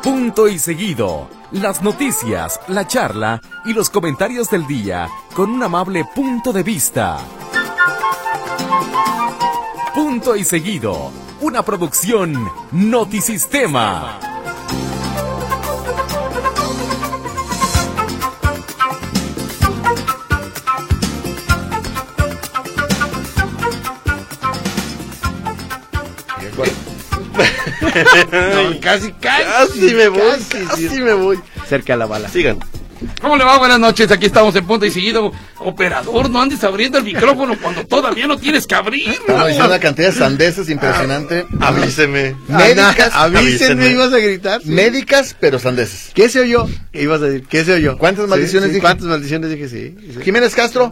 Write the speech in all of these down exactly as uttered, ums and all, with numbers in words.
Punto y seguido. Las noticias, la charla y los comentarios del día con un amable punto de vista. Punto y seguido. Una producción Notisistema. No, casi, casi, casi me voy, casi, casi sí. me voy. Cerca de la bala. Sigan. ¿Cómo le va? Buenas noches, aquí estamos en Punto y Seguido. Operador, no andes abriendo el micrófono cuando todavía no tienes que abrirlo. Estamos diciendo una cantidad de sandeces impresionante. Ah, avíseme. Médicas, avísenme, ibas a gritar. Sí. Médicas, pero sandeces. ¿Qué se oyó? ¿Qué ibas a decir? ¿Qué se oyó? ¿Cuántas maldiciones sí, sí, dije? ¿Cuántas maldiciones dije? Sí. sí. Jiménez Castro.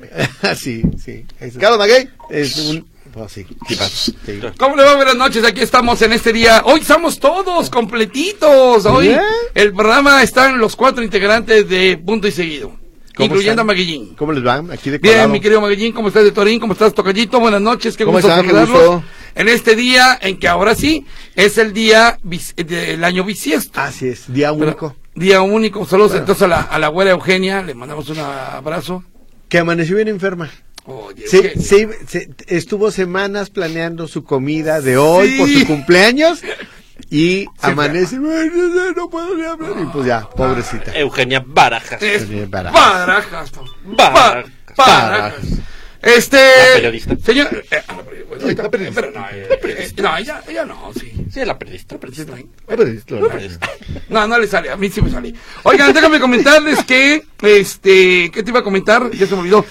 sí, sí. Eso. Carlos Maguey. Es un... Oh, sí. ¿Qué pasa? Sí. ¿Cómo le va? Buenas noches, aquí estamos en este día. Hoy estamos todos completitos. Hoy ¿Bien? el programa están los cuatro integrantes de Punto y Seguido, incluyendo a Maguillín. ¿Cómo les van? Aquí de Bien, colado. mi querido Maguillín, ¿cómo estás de Torín? ¿Cómo estás, Tocayito? Buenas noches, qué ¿Cómo gusto están? Qué saludarlos. gusto. En este día en que ahora sí es el día bis- del año bisiesto. Así es, día único. Pero, día único. Saludos entonces a la, a la güera Eugenia, le mandamos un abrazo. Que amaneció bien enferma. Oye, Sí, Eugenia. sí, se- estuvo semanas planeando su comida de hoy Sí. por su cumpleaños y amanece, enferma. "Ay, no, no, no puedo ni hablar", y pues ya, pobrecita. Eugenia Barajas. Es Eugenia Barajas. Barajas. Barajas. Ba- Barajas. Este. La periodista. Señor. eh, ah, la peri- bueno, La periodista. Pero no, eh, eh, no, ella, ella no, sí. Sí, la periodista. La periodista. Pero, La periodista. No, no le sale, a mí sí me sale. Oigan, déjame comentarles que, este, ¿qué te iba a comentar? Ya se me olvidó.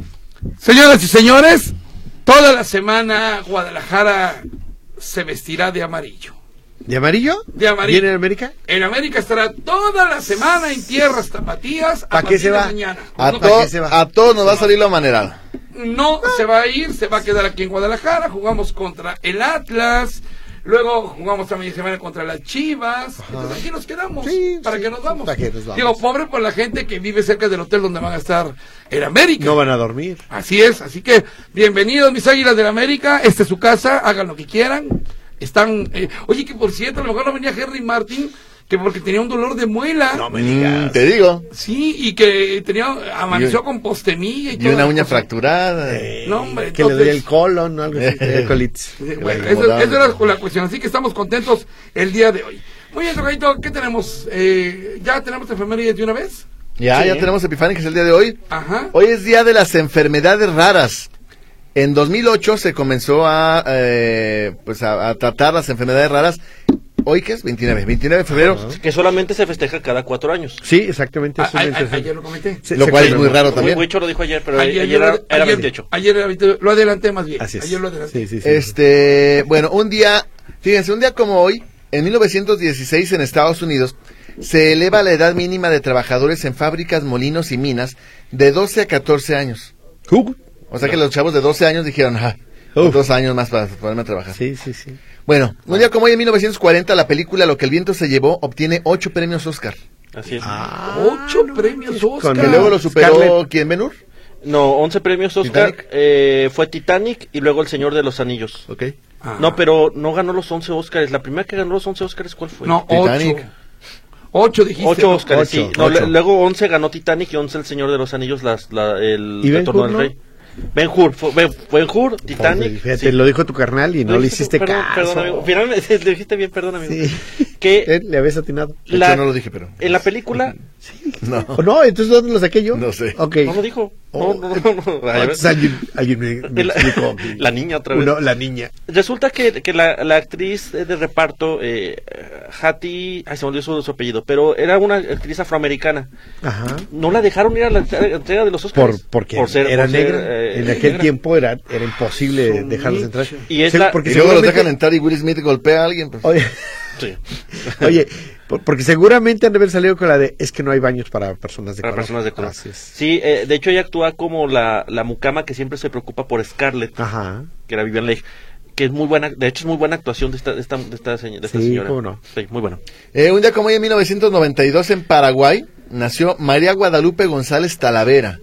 Señoras y señores, toda la semana Guadalajara se vestirá de amarillo. ¿De amarillo? De amarillo. ¿Viene en América? En América estará toda la semana en tierras tapatías a ¿Pa' qué partir se de va? mañana. A, No, to- qué se va? a todos nos va a salir lo manerado. no se va a ir, se va a quedar aquí en Guadalajara. Jugamos contra el Atlas. Luego jugamos también semana contra las Chivas. Entonces aquí nos quedamos. Sí, para sí, que nos vamos. para que nos vamos. Digo, pobre por la gente que vive cerca del hotel donde van a estar en América. No van a dormir. Así es, así que bienvenidos mis águilas del América. Esta es su casa, hagan lo que quieran. Están, eh, oye, que por cierto, a lo mejor no venía Henry Martin, que porque tenía un dolor de muela. No me Mm, digas. te digo. Sí, y que tenía, amaneció Y- con postemilla y, Y toda una la uña cosa. fracturada. Eh, No, hombre, que le entonces- doy el colon, ¿no? Algo así, tenía colitis. Eh, Que Bueno, la eso, incomodaban. eso era la cuestión, así que estamos contentos el día de hoy. Muy bien, Tocayito, ¿qué tenemos? Eh, ¿Ya tenemos efemérides de una vez? Ya, Sí. ya tenemos Epifania, que es el día de hoy. Ajá. Hoy es día de las enfermedades raras. En dos mil ocho se comenzó a, eh, pues a, a tratar las enfermedades raras. ¿Hoy qué es? veintinueve. veintinueve de febrero. Que solamente se festeja cada cuatro años. Sí, exactamente. A- eso a- es a- interesante. ayer lo comenté. Se- Lo se cual es muy confirmó. raro Muy, también. Huicho lo dijo ayer, pero Ayer, ayer, yo era, lo- era ayer- veintiocho. Ayer era veintiocho, lo adelanté más bien. Así es. Ayer lo adelanté. Sí, sí, sí. Este, bueno, un día, fíjense, un día como hoy, en mil novecientos dieciséis en Estados Unidos, se eleva la edad mínima de trabajadores en fábricas, molinos y minas de doce a catorce años. Uh, O sea que los chavos de doce años dijeron, ah, Uf. dos años más para ponerme a trabajar. Sí, sí, sí. Bueno, un día como hoy en mil novecientos cuarenta, la película Lo que el viento se llevó obtiene ocho premios Oscar. Así es. Ah, Ocho premios Oscar. Con Que luego lo superó, Scarlett. ¿quién, Ben Hur? No, once premios Oscar. Titanic. Eh, fue Titanic y luego El Señor de los Anillos. Ok. Ah. No, pero no ganó los once Oscars. La primera que ganó los once Oscars, ¿cuál fue? No, Titanic. ocho. Ocho dijiste. Ocho ¿no? Oscars, Ocho, sí. No, ocho. le- luego once ganó Titanic y once El Señor de los Anillos, las, la, el ¿Y Ben Retorno Hur, del no? Rey. Ben Hur, fue, Ben, Ben Hur, Titanic. Joder, fíjate, sí. lo dijo tu carnal y no, Lo le dijiste hiciste tú, perdón, caso. Perdón, amigo. Finalmente, le dijiste bien, perdón, amigo. Sí. Que Eh, le habías atinado. De la- hecho, no lo dije, pero... en la película, No. ¿O no? ¿Entonces dónde lo saqué yo? No sé. Ok. no lo dijo. No, Oh. no, no, no. Ay, a ver. Entonces alguien, alguien me, me La- explicó. la niña otra vez. Uno, la niña. Resulta que, que la, la actriz de reparto, eh, Hattie, ay, se me olvidó su, su apellido, pero era una actriz afroamericana. Ajá. No la dejaron ir a la entrega de los Oscars. Por, porque Por ser- era por ser, negra. eh, en aquel negra. tiempo era, era imposible Su dejarlos nicho. entrar. Y es Se- la- porque Y luego los seguramente- dejan entrar y Will Smith golpea a alguien. Pues. Oye, Sí. oye, por- porque seguramente han de haber salido con la de es que no hay baños para personas de Para color. personas de color. Así es. Sí, eh, de hecho ella actúa como la, la mucama que siempre se preocupa por Scarlett, Ajá. que era Vivian Leigh, que es muy buena, de hecho es muy buena actuación de esta, de esta, de esta, señ- de esta Sí, señora. cómo no. Sí, muy bueno. Eh, un día como hoy en mil novecientos noventa y dos en Paraguay nació María Guadalupe González Talavera,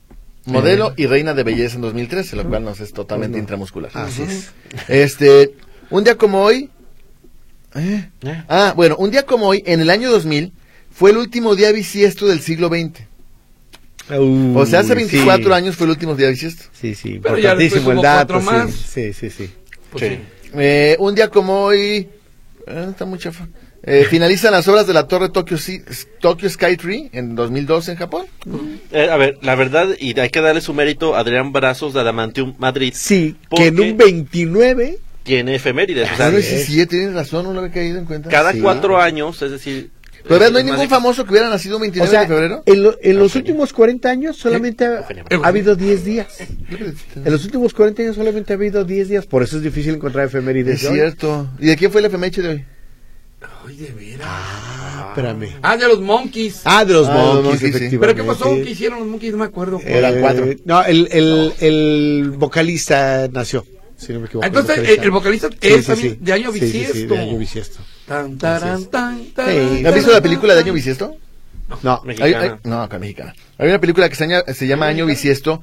modelo y reina de belleza en dos mil trece, lo cual nos es totalmente Pues no. intramuscular. Así es. Este, un día como hoy ¿Eh? ¿Eh? Ah, bueno, un día como hoy, en el año dos mil, fue el último día bisiesto del siglo veinte. Uy, O sea, hace veinticuatro sí. años fue el último día bisiesto. Sí, sí, Pero ya después importantísimo el hubo dato. cuatro más. Sí, sí, sí, sí. Pues Sí. sí. Eh, un día como hoy, eh, está muy chafa. Eh, finalizan las obras de la torre Tokyo, Si- Tokyo Sky Tree en dos mil doce en Japón. Eh, a ver, la verdad, y hay que darle su mérito a Adrián Brazos de Adamantium Madrid. Sí, porque que en un veintinueve... tiene efemérides. O sea, Claro, es. sí, sí, tienes razón, no lo había caído en cuenta. cada Sí. cuatro años, es decir... Pero eh, no hay es más ningún de- famoso que hubiera nacido un O veintinueve sea, de febrero. en, lo- en los Eugenio. últimos cuarenta años solamente ha, Eugenio. ha habido diez días. En los últimos cuarenta años solamente ha habido diez días, por eso es difícil encontrar efemérides. Es de hoy. cierto. ¿Y de quién fue el efeméride de hoy? Ay, de veras. Ah, espérame. Ah, de los Monkeys. Ah, de los Ah, de los Monkeys, Monkeys, sí. efectivamente. ¿Pero qué pasó? ¿Qué hicieron los Monkeys? No me acuerdo. Eh, Eran cuatro. No, el, el, el vocalista nació, si no me equivoco. Ah, entonces, vocalista. el- el vocalista Sí, es sí, también sí. de año Sí, sí, sí, bisiesto. de año bisiesto. Tan, taran, Así es. tan, Sí. taran, ¿Has taran, visto la película de tan, Año Bisiesto? No, Hay- Mexicana. hay- no, acá mexicana. Hay una película que se, aña- se llama Año Bisiesto.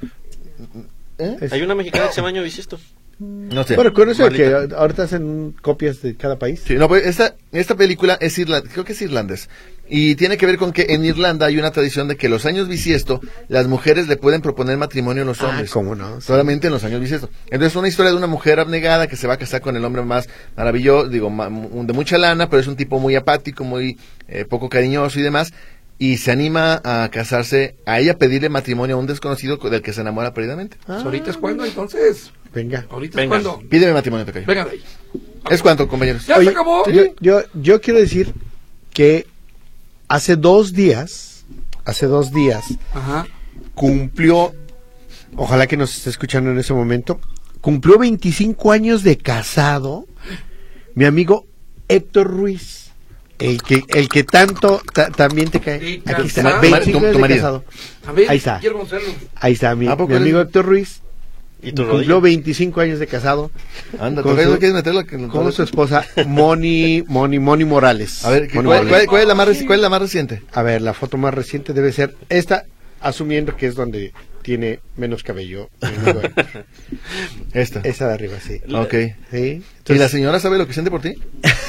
¿Eh? es- Hay una mexicana que se llama Año Bisiesto. No sé. bueno, con eso de que Malita. ahorita hacen copias de cada país. Sí, no, pues esta, esta película es irlandés, creo que es irlandés. Y tiene que ver con que en Irlanda hay una tradición de que los años bisiesto, las mujeres le pueden proponer matrimonio a los Ah, hombres. cómo no. Sí. Solamente en los años bisiesto. Entonces, una historia de una mujer abnegada que se va a casar con el hombre más maravilloso, digo, ma- mu- de mucha lana, pero es un tipo muy apático, muy eh, poco cariñoso y demás. Y se anima a casarse, a ella pedirle matrimonio a un desconocido del que se enamora perdidamente. Pues ahorita es cuando, entonces. Venga. Ahorita Venga. es cuando. Pídeme matrimonio, te Venga de ahí. ¿Es cuánto, compañeros? Ya Oye, se acabó. Yo, yo, yo quiero decir que hace dos días, hace dos días, Ajá. cumplió, ojalá que nos esté escuchando en ese momento, cumplió veinticinco años de casado mi amigo Héctor Ruiz. El que, el que tanto ta- también te cae. Sí, Aquí está, casado. veinticinco Tu- años tu de marido. casado. A ver, Ahí está. quiero conocerlo. Ahí está mi, ¿A poco mi amigo eres? Héctor Ruiz. ¿Y tu Cumplió rodilla? veinticinco años de casado Anda, con ¿tú su- no quieres meterlo? Que- con su esposa Moni, Moni, Moni Morales. A ver, ¿qué- Moni ¿cuál, Morales. cuál- cuál es la más, reci- cuál es la más reciente? A ver, la foto más reciente debe ser esta, asumiendo que es donde tiene menos cabello. mi amigo Héctor. Esta. Esa de arriba, sí. Ok. Sí. ¿Y Entonces, la señora sabe lo que siente por ti?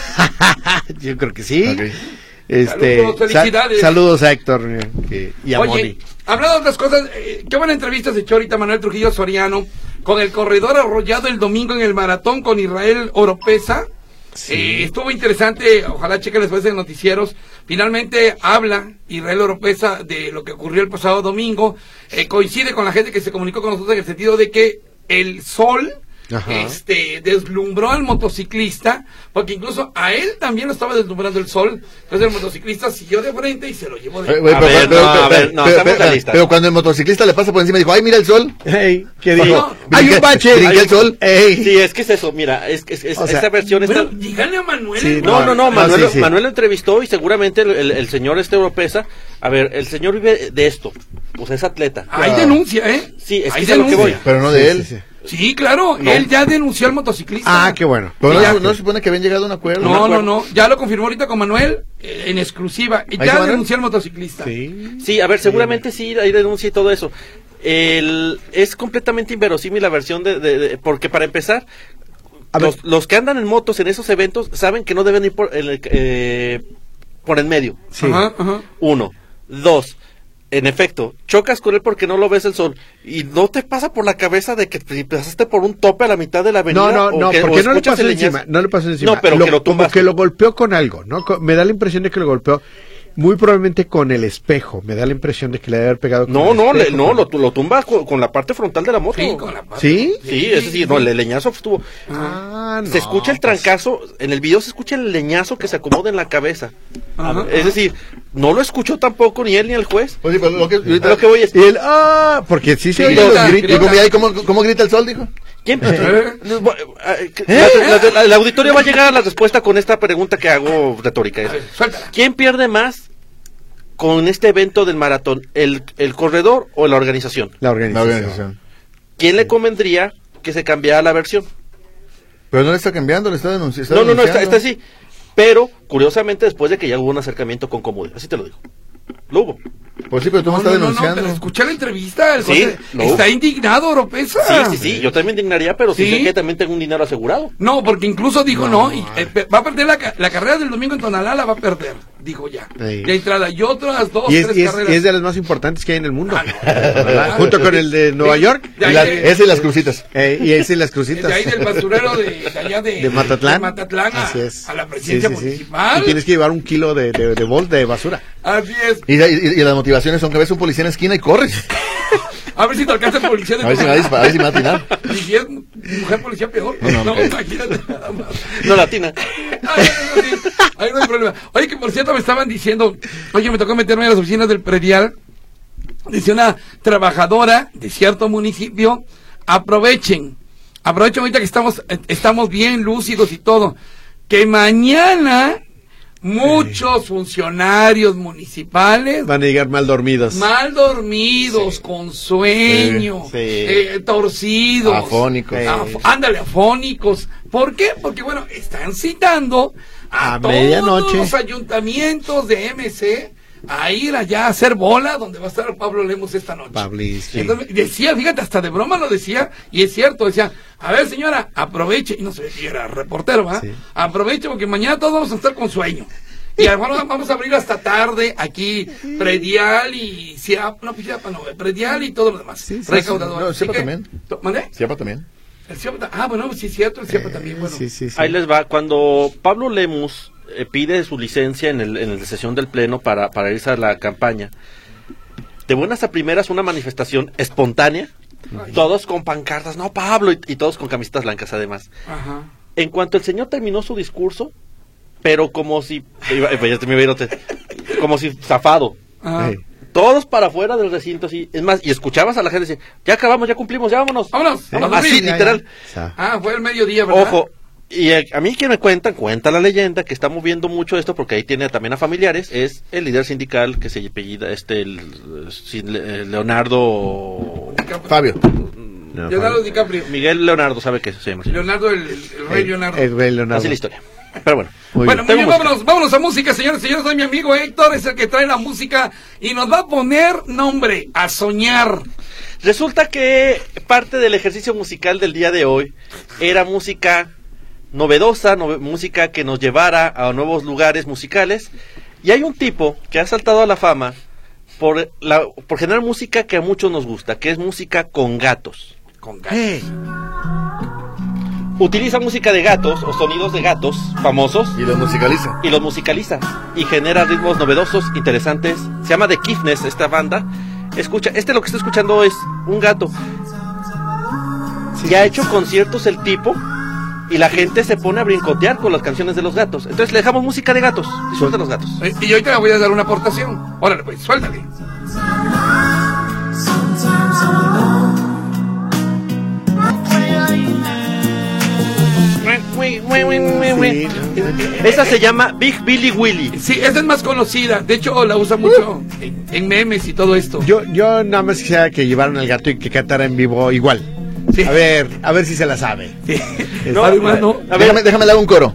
yo creo que sí. Ok. Este, Saludos, felicidades. sa- saludos a Héctor eh, que- y a Oye, Moni. hablando de otras cosas, eh, qué buena entrevista se echó ahorita Manuel Trujillo Soriano con el corredor arrollado el domingo en el maratón con Israel Oropesa. Sí. Eh, estuvo interesante, ojalá chequen después de noticieros. Finalmente habla Israel Oropesa de lo que ocurrió el pasado domingo. Eh, coincide con la gente que se comunicó con nosotros en el sentido de que el sol Ajá. este deslumbró al motociclista, porque incluso a él también lo estaba deslumbrando el sol. Entonces el motociclista siguió de frente y se lo llevó de Eh, güey, A pero- ver, pero- no, pero- a ver, pero- no, pero- seamos pero- realistas. Pero cuando el motociclista le pasa por encima, dijo, ¡ay, mira el sol! Hey, ¿qué No, dijo? no, Hay brinqué- un bache. brinqué Hay el un- sol. Ey. Sí, es que es eso, mira, es, es, es- O sea, esa versión está... Bueno, díganle a Manuel. Sí, No, no, no, No, Manuel, sí, sí. Manuel lo entrevistó y seguramente el, el- el señor este Oropesa, a ver, el señor vive de esto, o sea, es atleta. Hay Ah. denuncia, ¿eh? Sí, es que Hay es a lo que denuncia. voy. Pero no Sí, de sí, él. sí. Sí, claro, No. él ya denunció al motociclista. Ah, qué bueno. Pero no, Ya. no se supone que habían llegado a un acuerdo. No, me no, acuerdo. no, ya lo confirmó ahorita con Manuel eh, en exclusiva. Y ¿Ahí está ya Manuel? denunció al motociclista. Sí. Sí, a ver, seguramente sí hay denuncia y todo eso. El, es completamente inverosímil la versión de, de- de- porque para empezar, A ver. los, los que andan en motos en esos eventos saben que no deben ir por el, eh, por en medio. Sí. Ajá, ajá. Uno. Dos. En efecto, chocas con él porque no lo ves el sol. Y no te pasa por la cabeza de que te pasaste por un tope a la mitad de la avenida. No, no, o no, que- o porque no le escuchas pasó el encima, leñazo. no le pasó encima. No, pero que lo como tumbaste. que lo golpeó con algo, ¿no? Co- Me da la impresión de que lo golpeó muy probablemente con el espejo. Me da la impresión de que le debe haber pegado con No, el no, le- espejo, no, con- lo, lo tumbas con, con la parte frontal de la moto. Sí, con la pata. ¿Sí? Sí, es decir, no, el leñazo estuvo. Ah, no, se escucha el pues, trancazo, en el video se escucha el leñazo que se acomoda en la cabeza. Ajá, Es ajá. decir, no lo escuchó tampoco ni él ni el juez. Pues sí, pero lo que, ahorita- A lo que voy es, Y él, ah, porque sí se Sí, oyen los grita, gritos. Digo, mira, ¿y cómo, cómo grita el sol? Dijo. ¿quién? ¿Eh? La- la- la- el auditorio va a llegar a la respuesta con esta pregunta que hago retórica. es, A ver, suéltala. ¿Quién pierde más con este evento del maratón? ¿El, el corredor o la organización? La La organización. organización. ¿Quién le convendría que se cambiara la versión? Pero no le está cambiando, le está denunciando. No, no, no, está, está así. Pero, curiosamente, después de que ya hubo un acercamiento con Comude, así te lo digo. Lo hubo. Pues sí, pero tú me No, estás no, no, no, denunciando. pero escucha la entrevista. El Sí, José lo- está indignado, Oropesa. Sí, sí, sí, yo también me indignaría, pero sí, ¿Sí? sé que también tengo un dinero asegurado. No, porque incluso dijo no, y, eh, pe- va a perder la, ca- la carrera del domingo en Tonalá, la va a perder, dijo ya. Sí. Ya entrada, y otras dos, Y es, tres y, es, carreras. y es de las más importantes que hay en el mundo. Ah, no. ¿Verdad? Junto con el de Nueva Sí. York. De Y ahí la- de- ese y las crucitas. Eh, y ese y las crucitas. De ahí del basurero de, de allá de, de Matatlán. de Matatlán a, Así es. a la presidencia Sí, sí, sí. municipal. Y tienes que llevar un kilo de, de, de bol de basura. Así es. Y, y- y las motivaciones son que ves un policía en la esquina y corres. A ver si te alcanza el policía de A ver si me va a Tonalá. dispa- a ver si me va a atinar. Y si es mujer policía peor. No, no, No, ok. imagínate nada más. No latina. Ay, no, sí. Ahí no hay problema. Oye, que por cierto me estaban diciendo, oye, me tocó meterme a las oficinas del predial. Dice una trabajadora de cierto municipio, aprovechen, aprovechen ahorita que estamos, eh, estamos bien lúcidos y todo, que mañana muchos funcionarios municipales Van a llegar mal dormidos. mal dormidos, con sueño, Sí, sí. eh, torcidos, Afónicos. Af- ándale, afónicos. ¿Por qué? Porque bueno, están citando a, A todos medianoche. los ayuntamientos de M C a ir allá a hacer bola donde va a estar Pablo Lemos esta noche. Pablis, sí. Entonces, decía, fíjate, hasta de broma lo decía, y es cierto, decía, a ver señora, aproveche, y no sé si era reportero, ¿va? Sí. Aproveche porque mañana todos vamos a estar con sueño. Y bueno, vamos a abrir hasta tarde aquí, predial y Ciapa, no, pues Ciapa no, predial y todo lo demás. Sí, sí, Recaudador. no, Así Ciapa que- también. to- ¿Mandé? Ciapa también. El Ciapa ta- ah, bueno, sí es cierto, el Ciapa también, bueno. Sí, sí, sí. Ahí les va. Cuando Pablo Lemus eh, pide su licencia en el, en la sesión del Pleno para, para irse a la campaña, de buenas a primeras una manifestación espontánea, Ay. todos con pancartas, no Pablo, y, y todos con camisetas blancas además. Ajá. En cuanto el señor terminó su discurso, pero como si, iba- ya te me iba a ir otra- como si zafado, Ajá. Ey. todos para afuera del recinto, así, es más, y escuchabas a la gente decir, ya acabamos, ya cumplimos, ya vámonos. Vámonos, vámonos a Así, dormir. Ya, literal. ya. Ah, fue el mediodía, ¿verdad? Ojo, y eh, a mí que me cuentan, cuenta la leyenda que está moviendo mucho esto porque ahí tiene también a familiares, es el líder sindical que se apellida este el, eh, sí, Le- eh, Leonardo Fabio. No, Leonardo Fabio. DiCaprio. Miguel Leonardo, ¿sabe qué se llama? Leonardo, el, el- el rey El- Leonardo. el rey Leonardo. Así la historia. Pero bueno. Muy Bueno, muy Tengo bien, música. vámonos, vámonos a música, señores, señores. Soy mi amigo Héctor, es el que trae la música y nos va a poner nombre a soñar. Resulta que parte del ejercicio musical del día de hoy era música novedosa, nove- música que nos llevara a nuevos lugares musicales. Y hay un tipo que ha saltado a la fama por, la, por generar música que a muchos nos gusta, que es música con gatos. Con gatos. Hey. Utiliza música de gatos o sonidos de gatos famosos Y lo musicaliza. y los musicaliza y genera ritmos novedosos, interesantes. Se llama The Kiffness esta banda. Escucha, este lo que está escuchando es un gato. Y ha hecho conciertos el tipo y la gente se pone a brincotear con las canciones de los gatos. Entonces le dejamos música de gatos. Disfruta los gatos. Eh, Y ahorita le voy a dar una aportación. Órale, pues, suéltale. Sí, Esa se llama Big Billy Willy. Sí, esta es más conocida. De hecho, la usa mucho en, en memes y todo esto. Yo, yo nada más quisiera que llevaran al gato y que cantara en vivo igual. Sí. A ver, a ver si se la sabe. Sí. No, Además, no. A ver, Déjame, déjame dar un coro.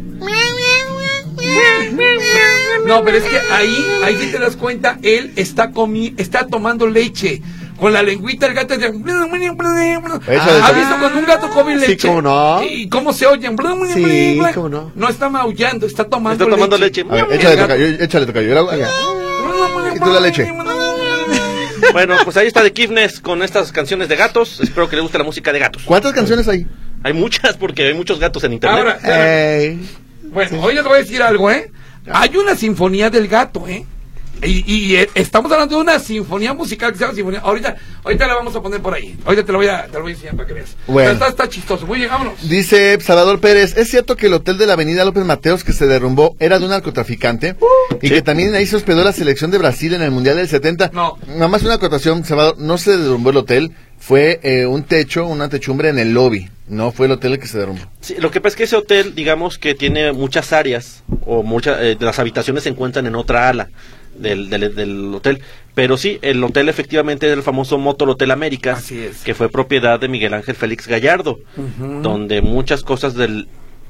No, pero es que ahí, ahí sí te das cuenta, él está comi está tomando leche. Con la lengüita el gato es de... ¿Ha visto cuando un gato come Sí, leche? cómo no. ¿Y cómo se oyen? Sí, cómo no. No está maullando, está tomando Está tomando leche. A ver, échale, tocayo, échale, tocayo. Yo la- Y tú la leche. bueno, pues ahí está The Kiffness con estas canciones de gatos. Espero que les guste la música de gatos. ¿Cuántas canciones hay? Hay muchas porque hay muchos gatos en internet. Ahora, Ey. bueno, hoy les voy a decir algo, ¿eh? Hay una sinfonía del gato, ¿eh? Y, y, eh, estamos hablando de una sinfonía musical que se llama sinfonía. Ahorita, ahorita la vamos a poner por ahí. Ahorita te lo voy a, te lo voy a enseñar para que veas. Bueno. Pero está, está chistoso. Muy bien, vámonos. Dice Salvador Pérez, ¿es cierto que el hotel de la avenida López Mateos que se derrumbó era de un narcotraficante? Y que también ahí se hospedó la selección de Brasil en el Mundial del setenta. No. Nada más una acotación, Salvador, no se derrumbó el hotel, fue eh, un techo, una techumbre en el lobby. No fue el hotel el que se derrumbó. Sí, lo que pasa es que ese hotel, digamos que tiene muchas áreas, o muchas eh, de las habitaciones se encuentran en otra ala del, del, del hotel. Pero sí, el hotel efectivamente es el famoso Motor Hotel Américas, Así es. que fue propiedad de Miguel Ángel Félix Gallardo, Ujú. donde muchas cosas del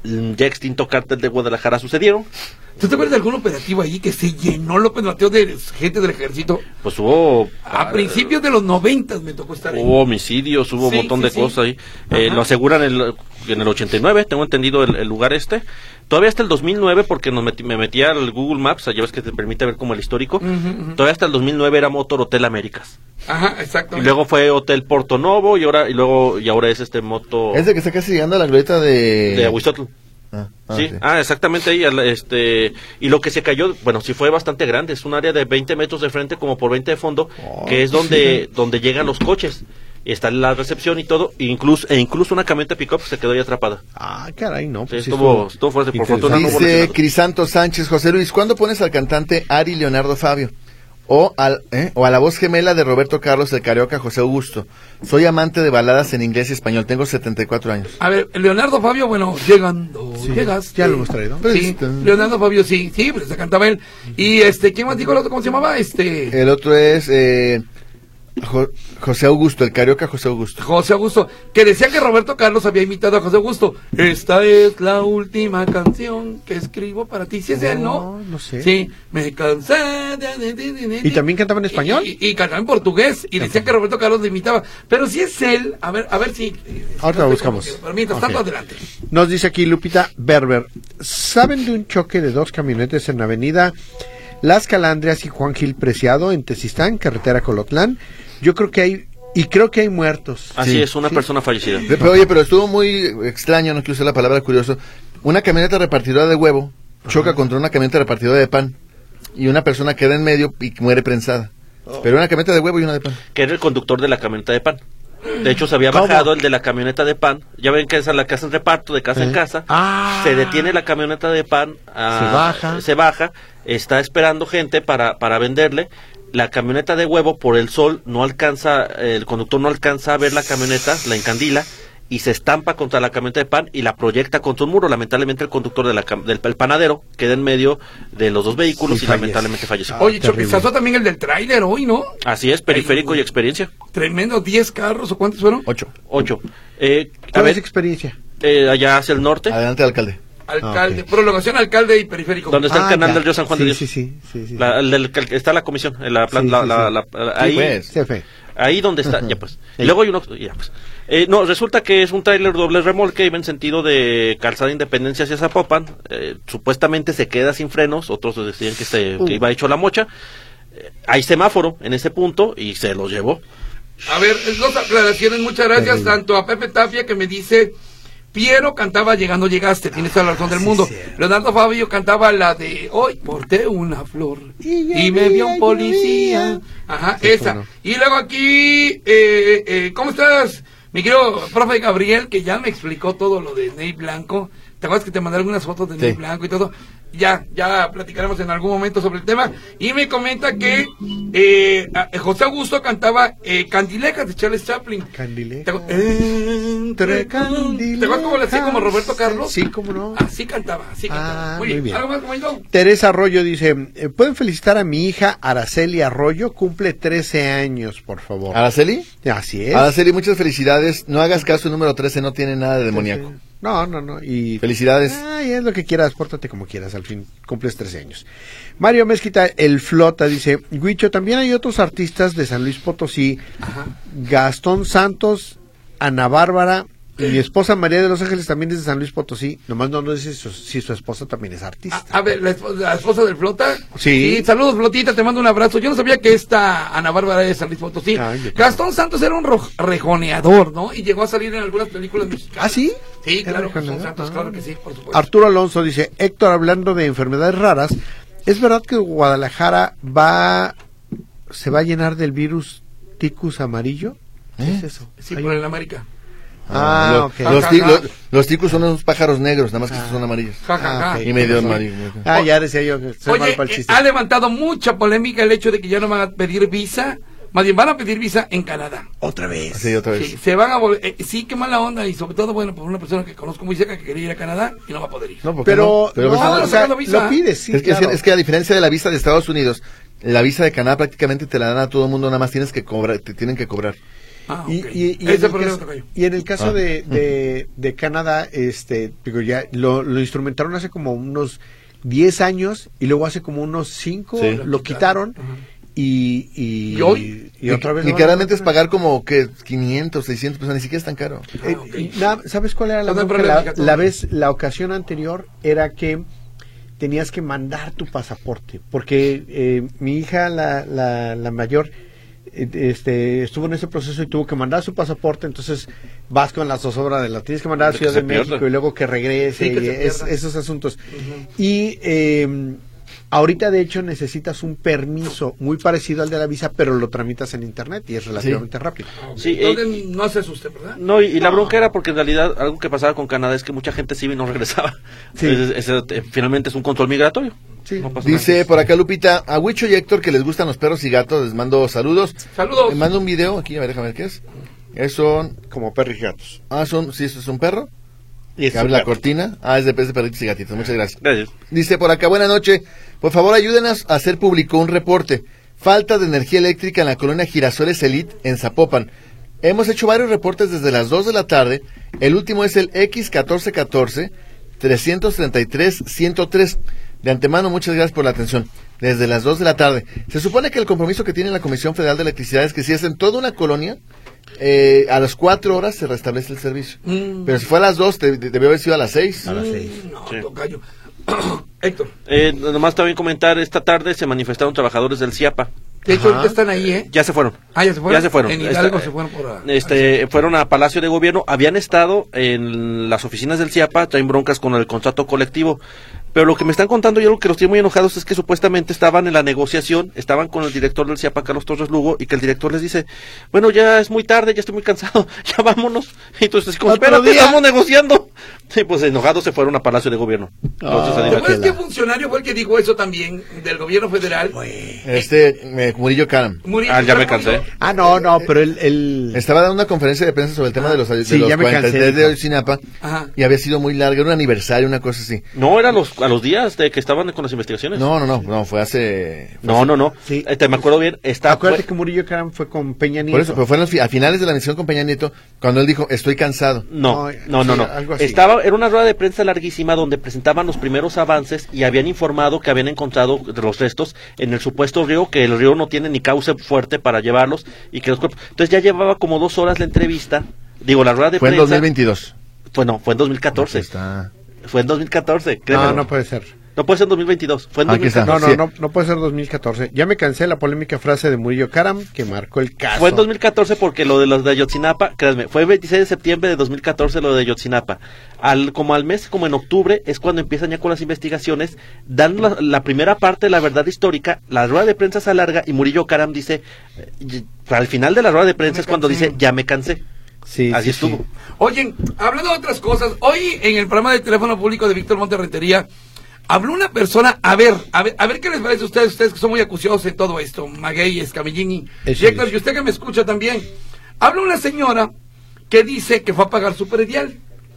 ya extinto cártel de Guadalajara sucedieron. ¿Tú te acuerdas de algún operativo ahí que se llenó López Mateos de gente del ejército? Pues hubo... A principios de los noventas me tocó estar ahí. Hubo homicidios, hubo Sí, un montón sí, de sí. cosas ahí. Eh, Ajá. lo aseguran el, en el ochenta y nueve, tengo entendido el, el lugar este. Todavía hasta el dos mil nueve, porque nos metí, me metí al Google Maps, ya ves que te permite ver como el histórico. Ujú, ujú. Todavía hasta el dos mil nueve era Motor Hotel Américas. Ajá, exacto. Y luego fue Hotel Porto Novo y ahora y luego y ahora es este Moto Es de que está casi llegando a la glorieta de... de Aguizotl. Ah, ah, Sí, ah, exactamente ahí, al- este, y lo que se cayó, bueno, sí fue bastante grande, es un área de veinte metros de frente como por veinte de fondo, Oh, que es donde, donde llegan los coches, y está la recepción y todo, e incluso, e incluso una camioneta pick-up se quedó ahí atrapada. Ah, caray, no. Sí, Pues sí estuvo, estuvo fuerte, por interesante. fortuna no hubo Dice lesionados. Crisanto Sánchez, José Luis, ¿cuándo pones al cantante Ari Leonardo Fabio? O, al, ¿eh? o a la voz gemela de Roberto Carlos, el carioca José Augusto. Soy amante de baladas en inglés y español, tengo setenta y cuatro años. A ver, Leonardo Fabio, bueno, llegando, Sí, llegas. ya lo hemos traído. Sí, Leonardo Fabio, sí, sí, pues se cantaba él. Y este, ¿quién más dijo el otro? ¿Cómo se llamaba? Este, El otro es eh, Jo- José Augusto, el carioca José Augusto. José Augusto, que decía que Roberto Carlos había imitado a José Augusto. Esta es la última canción que escribo para ti. ¿Sí es él, no? No, no sé. Sí, me cansé de... de- de- de- de- ¿Y también cantaba en español? Y, y- y cantaba en portugués. Y decía que Roberto Carlos le imitaba. Pero si es él, a ver, a ver si... Ahorita lo buscamos. Pero mientras tanto, Ok. adelante. Nos dice aquí Lupita Berber, ¿saben de un choque de dos camionetas en la avenida Las Calandrias y Juan Gil Preciado en Tezistán, carretera Colotlán? Yo creo que hay, y creo que hay muertos. Así Sí, es, una sí. persona fallecida. Pe- Pero, oye, pero estuvo muy extraño, no quiero usar la palabra curioso. Una camioneta repartidora de huevo choca contra una camioneta repartidora de pan. Y una persona queda en medio y muere prensada. Pero una camioneta de huevo y una de pan. Que era el conductor de la camioneta de pan. De hecho, se había ¿Cómo? bajado el de la camioneta de pan. Ya ven que esa es la que hacen reparto de casa ¿Eh? en casa. Ah. Se detiene la camioneta de pan. ah, Se baja. Se baja. Está esperando gente para, para venderle. La camioneta de huevo, por el sol, no alcanza, el conductor no alcanza a ver la camioneta, la encandila, y se estampa contra la camioneta de pan y la proyecta contra un muro. Lamentablemente el conductor de la cam- del el panadero queda en medio de los dos vehículos Y y, fallece. lamentablemente falleció. Ah, Oye, terrible. choquezazo también el del tráiler hoy, ¿no? Así es, periférico y experiencia. Tremendo, diez carros, ¿o cuántos fueron? Ocho. Ocho. Eh, a ¿Cuál es ver, experiencia? eh, allá hacia el norte, Adelante, alcalde. Alcalde, Ah, ok. prolongación alcalde y periférico. ¿Dónde está el Ah, canal ya. del río San Juan sí, de Dios? Sí, sí, sí, sí. La, el del, que está la comisión, en la, plan- Sí, la- sí, la- sí. la- ahí, pues. C F. ahí donde está, ya pues. Y Sí. luego hay uno, ya pues. Eh, no, resulta que es un tráiler doble remolque, iba en sentido de Calzada Independencia hacia Zapopan, eh, supuestamente se queda sin frenos, otros decían que se Uh. que iba hecho la mocha. Eh, hay semáforo en ese punto y se los llevó. A ver, dos aclaraciones, muchas gracias Terrible. tanto a Pepe Tapia que me dice, Piero cantaba Llegando Llegaste, tienes toda la razón del sí, mundo. cierto. Leonardo Fabio cantaba la de Hoy porté una flor Y y, me vio un llovía, policía. llovía. Ajá, Sí, esa. cómo no. Y luego aquí, eh, eh, ¿cómo estás? Mi querido profe Gabriel, que ya me explicó todo lo de Ney Blanco. ¿Te acuerdas que te mandaron unas fotos de Sí. Ney Blanco y todo? Ya, ya platicaremos en algún momento sobre el tema. Y me comenta que eh, a- José Augusto cantaba eh, Candilejas de Charles Chaplin. Candilejas. ¿Te acu- Entre candilejas. ¿Te acuerdas cómo le hacía como Roberto Carlos? Sí, cómo no. Así cantaba, así cantaba. Ah, muy, muy bien. bien. ¿Algo más, compañero? Teresa Arroyo dice, eh, ¿pueden felicitar a mi hija Araceli Arroyo? Cumple trece años, por favor. ¿Araceli? Así es. Araceli, muchas felicidades. No hagas caso, el número trece no tiene nada de demoníaco. No, no, no. Y Felicidades. Ay, es lo que quieras, pórtate como quieras, al fin cumples trece años. Mario Mezquita, el Flota, dice, Huicho, también hay otros artistas de San Luis Potosí, Gastón Santos, Ana Bárbara, y mi esposa María de los Ángeles también es de San Luis Potosí, nomás no nos dice su- si su esposa también es artista. A, a ver, la esposa, la esposa del Flota. Sí. Saludos, Flotita, te mando un abrazo. Yo no sabía que esta Ana Bárbara de San Luis Potosí. Ay, yo Gastón Santos era un ro- rejoneador, ¿no? Y llegó a salir en algunas películas mexicanas. ¿Ah, sí? Sí, Era claro, Gastón rejoneador. Santos, Ah. claro que sí, por supuesto. Arturo Alonso dice, Héctor, hablando de enfermedades raras, ¿es verdad que Guadalajara va, se va a llenar del virus ticus amarillo? ¿Qué ¿Eh? es eso? Sí, Hay por un- el América. Ah, lo- ok. Los, ti- Ajá, ajá. lo- los ticos son unos pájaros negros, nada más que estos son amarillos. Ja, ja, ja. Ah, ok. Y medio amarillo. Ah, ya decía yo que soy mal Oye, para el eh, chiste. ha levantado mucha polémica el hecho de que ya no van a pedir visa, más bien van a pedir visa en Canadá. Otra vez. Sí, otra vez. Sí, se van a volver, eh, sí, qué mala onda, y sobre todo, bueno, por una persona que conozco muy cerca que quería ir a Canadá y no va a poder ir. No, ¿por qué Pero, no? Pero no, pues, no, o sea, sacando visa. lo pides, sí, es, que, claro. es que a diferencia de la visa de Estados Unidos, la visa de Canadá prácticamente te la dan a todo el mundo, nada más tienes que cobrar, te tienen que cobrar. Ah, Y, ok. y, y, en Ese el problema caso, tocayo. y en el caso Ah. de, de, de Canadá, este, digo, ya lo, lo instrumentaron hace como unos diez años y luego hace como unos cinco Sí. lo quitaron Ajá. y, y, ¿Y hoy? y otra vez. Y lo claramente es van a pagar como que quinientos, seiscientos pesos, ni siquiera es tan caro. Eh, Ah, ok. y nada, ¿sabes cuál era la No hay bronca? problema, La, fíjate. la vez, la ocasión anterior era que tenías que mandar tu pasaporte, porque eh, mi hija, la, la, la mayor, eh, este, estuvo en ese proceso y tuvo que mandar su pasaporte, entonces vas con la zozobra de la tienes que mandar a De que Ciudad se de México pierda. y luego que regrese, Sí, que y se es- pierda. esos asuntos. Ujú. Y eh, ahorita de hecho necesitas un permiso muy parecido al de la visa, pero lo tramitas en internet y es relativamente rápido. Ah, ok. Sí, eh, Entonces, no se asuste, ¿verdad? No, y, y la bronca era porque en realidad algo que pasaba con Canadá es que mucha gente sí y no regresaba. Sí. Es- es- es- finalmente es un control migratorio. Sí. No pasa Dice nada. por acá Lupita, a Huicho y Héctor que les gustan los perros y gatos, les mando saludos. Saludos. Les mando un video aquí, a ver, déjame ver qué es. Es son, Como perros y gatos. ah, son, sí, eso es un perro. Y Que abre la cortina. Ah, es de, es de perritos y gatitos, muchas gracias. Gracias. Dice por acá, buena noche. Por favor, ayúdenos a hacer público un reporte. Falta de energía eléctrica en la colonia Girasoles Elite en Zapopan. Hemos hecho varios reportes desde las dos de la tarde. El último es el X catorce catorce trescientos treinta y tres ciento tres. De antemano, muchas gracias por la atención. Desde las dos de la tarde. Se supone que el compromiso que tiene la Comisión Federal de Electricidad es que si es en toda una colonia, eh, a las cuatro horas se restablece el servicio. Mm. Pero si fue a las dos, te- te- debió haber sido a las seis. A las seis. Mm, No, Sí. tocayo. Héctor, Eh, nomás también comentar, esta tarde se manifestaron trabajadores del CIAPA. de hecho, Ajá. ahorita están ahí, ¿eh? Ya se fueron. Ah, ya se fueron. Ya se fueron. En Hidalgo Esta- se fueron por... a- Este, fueron a Palacio de Gobierno, habían estado en las oficinas del CIAPA, traen broncas con el contrato colectivo, pero lo que me están contando y algo que los tiene muy enojados es que supuestamente estaban en la negociación, estaban con el director del CIAPA, Carlos Torres Lugo, y que el director les dice, bueno, ya es muy tarde, ya estoy muy cansado, ya vámonos. Y entonces, así como, ¿Otro espérate, día? estamos negociando. Y pues enojados se fueron a Palacio de Gobierno. Entonces, Ah, a ¿Te divertir. acuerdas qué funcionario fue el que dijo eso también del gobierno federal? Este, eh, Murillo Karam. Murillo, Ah, ya me Carlos, cansé. ¿no? Ah, no, no, pero él... él... Estaba dando una conferencia de prensa sobre el tema de los, de sí, los ya me cuarenta y tres cansé. de Ayotzinapa Ajá. y había sido muy larga, era un aniversario, una cosa así. No, eran los, a los días de que estaban con las investigaciones. No, no, no, no, fue hace... fue no, hace- no. no. Sí. Este, me acuerdo bien, está, Acuérdate fue- que Murillo Karam fue con Peña Nieto. Por eso, pero fue en los fi- a finales de la misión con Peña Nieto, cuando él dijo, estoy cansado. No, No, no, no, sí, no. algo así. Estaba, era una rueda de prensa larguísima donde presentaban los primeros avances y habían informado que habían encontrado los restos en el supuesto río, que el río no tiene ni cauce fuerte para llevarlos y que los cuerpos. Entonces ya llevaba como dos horas la entrevista, digo, la rueda de Fue en prensa. dos mil veintidós. Fue, no, fue en dos mil catorce. Aquí está. Fue en dos mil catorce, No, créemelo. no puede ser. No puede ser en dos mil veintidós, fue en Aquí está. dos mil catorce. No, no, Sí. no, no puede ser dos mil catorce. Ya me cansé de la polémica frase de Murillo Karam que marcó el caso. Fue en dos mil catorce porque lo de los de Ayotzinapa, créanme, fue el veintiséis de septiembre de dos mil catorce lo de Ayotzinapa. Al, como al mes, como en octubre, es cuando empiezan ya con las investigaciones, dan la, la primera parte de la verdad histórica, la rueda de prensa se alarga y Murillo Karam dice, eh, y- al final de la rueda de prensa Me es cuando cansé. dice, ya me cansé. Sí, Así sí, estuvo. sí. Oye, hablando de otras cosas, hoy en el programa de teléfono público de Víctor Monte Rentería, habló una persona, a ver, a ver, a ver qué les parece a ustedes, ustedes que son muy acuciosos en todo esto, Maguey, Escamillini, Eso y Héctor, es. y usted que me escucha también. Habla una señora que dice que fue a pagar su predial.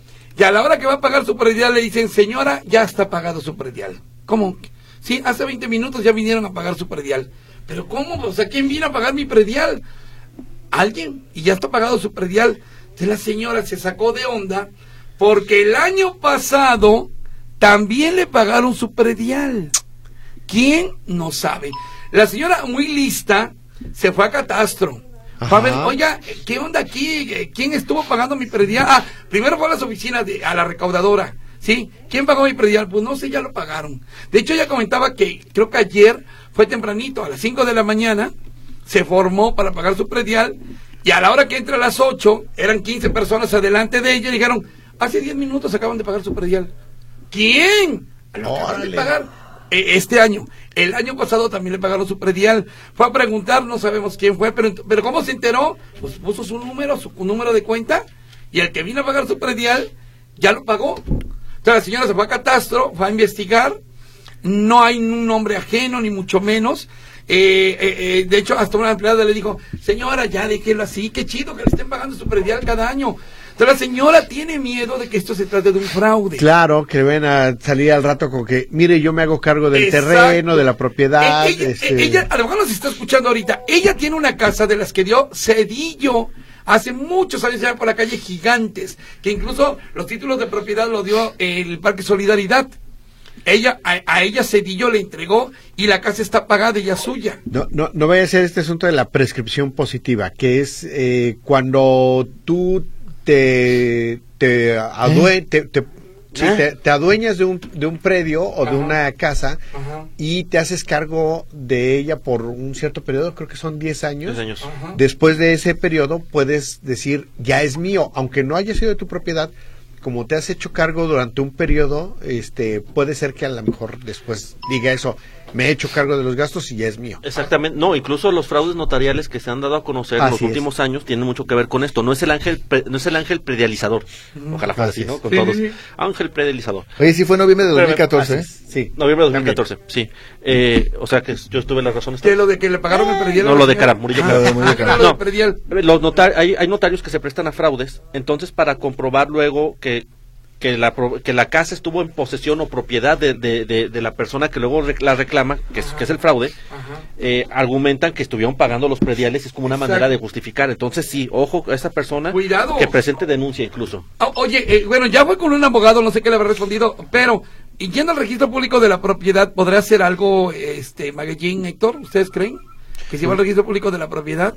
Y a la hora que va a pagar su predial le dicen, señora, ya está pagado su predial. ¿Cómo? Sí, hace veinte minutos ya vinieron a pagar su predial. ¿Pero cómo? O sea, ¿quién vino a pagar mi predial? Alguien, y ya está pagado su predial. Entonces la señora se sacó de onda porque el año pasado también le pagaron su predial. ¿Quién? No sabe. La señora, muy lista, se fue a Catastro. Fue a ver, Ajá. oiga, ¿qué onda aquí? ¿Quién estuvo pagando mi predial? Ah, primero fue a las oficinas, de, a la recaudadora. ¿Sí? ¿Quién pagó mi predial? Pues no sé, ya lo pagaron. De hecho, ella comentaba que creo que ayer fue tempranito, a las cinco de la mañana, se formó para pagar su predial, y a la hora que entra a las ocho, eran quince personas adelante de ella, y dijeron, hace diez minutos acaban de pagar su predial. ¿Quién? Lo acaban de Órale. pagar. Eh, Este año. El año pasado también le pagaron su predial. Fue a preguntar, no sabemos quién fue, pero, pero ¿cómo se enteró? Pues puso su número, su número de cuenta, y el que vino a pagar su predial, ya lo pagó. Entonces la señora se fue a Catastro, fue a investigar, no hay un nombre ajeno, ni mucho menos. Eh, eh, eh, de hecho, hasta una empleada le dijo, señora, ya déjelo así, qué chido que le estén pagando su predial cada año. Entonces la señora tiene miedo de que esto se trate de un fraude. Claro, que ven a salir al rato con que, mire, yo me hago cargo del Exacto. terreno, de la propiedad. Eh, ella, este... eh, ella, a lo mejor nos está escuchando ahorita, ella tiene una casa de las que dio Cedillo hace muchos años ya por la calle Gigantes, que incluso los títulos de propiedad lo dio el Parque Solidaridad. Ella, a, a ella Cedillo le entregó y la casa está pagada y ya suya. No, no, no vaya a ser este asunto de la prescripción positiva, que es eh, cuando tú te te, adue ¿Eh? te, te, sí, ¿Eh? te, te adueñas de un, de un predio o Ajá. de una casa Ajá. y te haces cargo de ella por un cierto periodo, creo que son diez años. diez años. Después de ese periodo puedes decir, ya es mío, aunque no haya sido de tu propiedad. Como te has hecho cargo durante un periodo, este, puede ser que a lo mejor después diga eso, me he hecho cargo de los gastos y ya es mío. Exactamente, no, incluso los fraudes notariales que se han dado a conocer Así en los últimos es. años tienen mucho que ver con esto. No es el ángel, pre, no es el ángel predializador. Ojalá fuera así, ¿no? Con sí, todos. Sí, sí. Ángel predializador. Oye, sí fue noviembre de dos mil catorce. Sí, noviembre de dos mil catorce, También. sí. Eh, o sea que yo tuve las razones. ¿Qué, lo de que le pagaron el predial? No, lo de Cara, Murillo Cara. Ah, no, predial. Los notar, hay, hay notarios que se prestan a fraudes, entonces para comprobar luego que que la que la casa estuvo en posesión o propiedad de, de, de, de la persona que luego rec la reclama, que es, que es el fraude, eh, argumentan que estuvieron pagando los prediales, es como una Exacto. manera de justificar. Entonces sí, ojo a esa persona Cuidado. que presente denuncia incluso. O, oye, eh, bueno, ya fue con un abogado, no sé qué le habrá respondido, pero y yendo al registro público de la propiedad, ¿podrá hacer algo este Magallín, Héctor? ¿Ustedes creen? Que si va al registro público de la propiedad.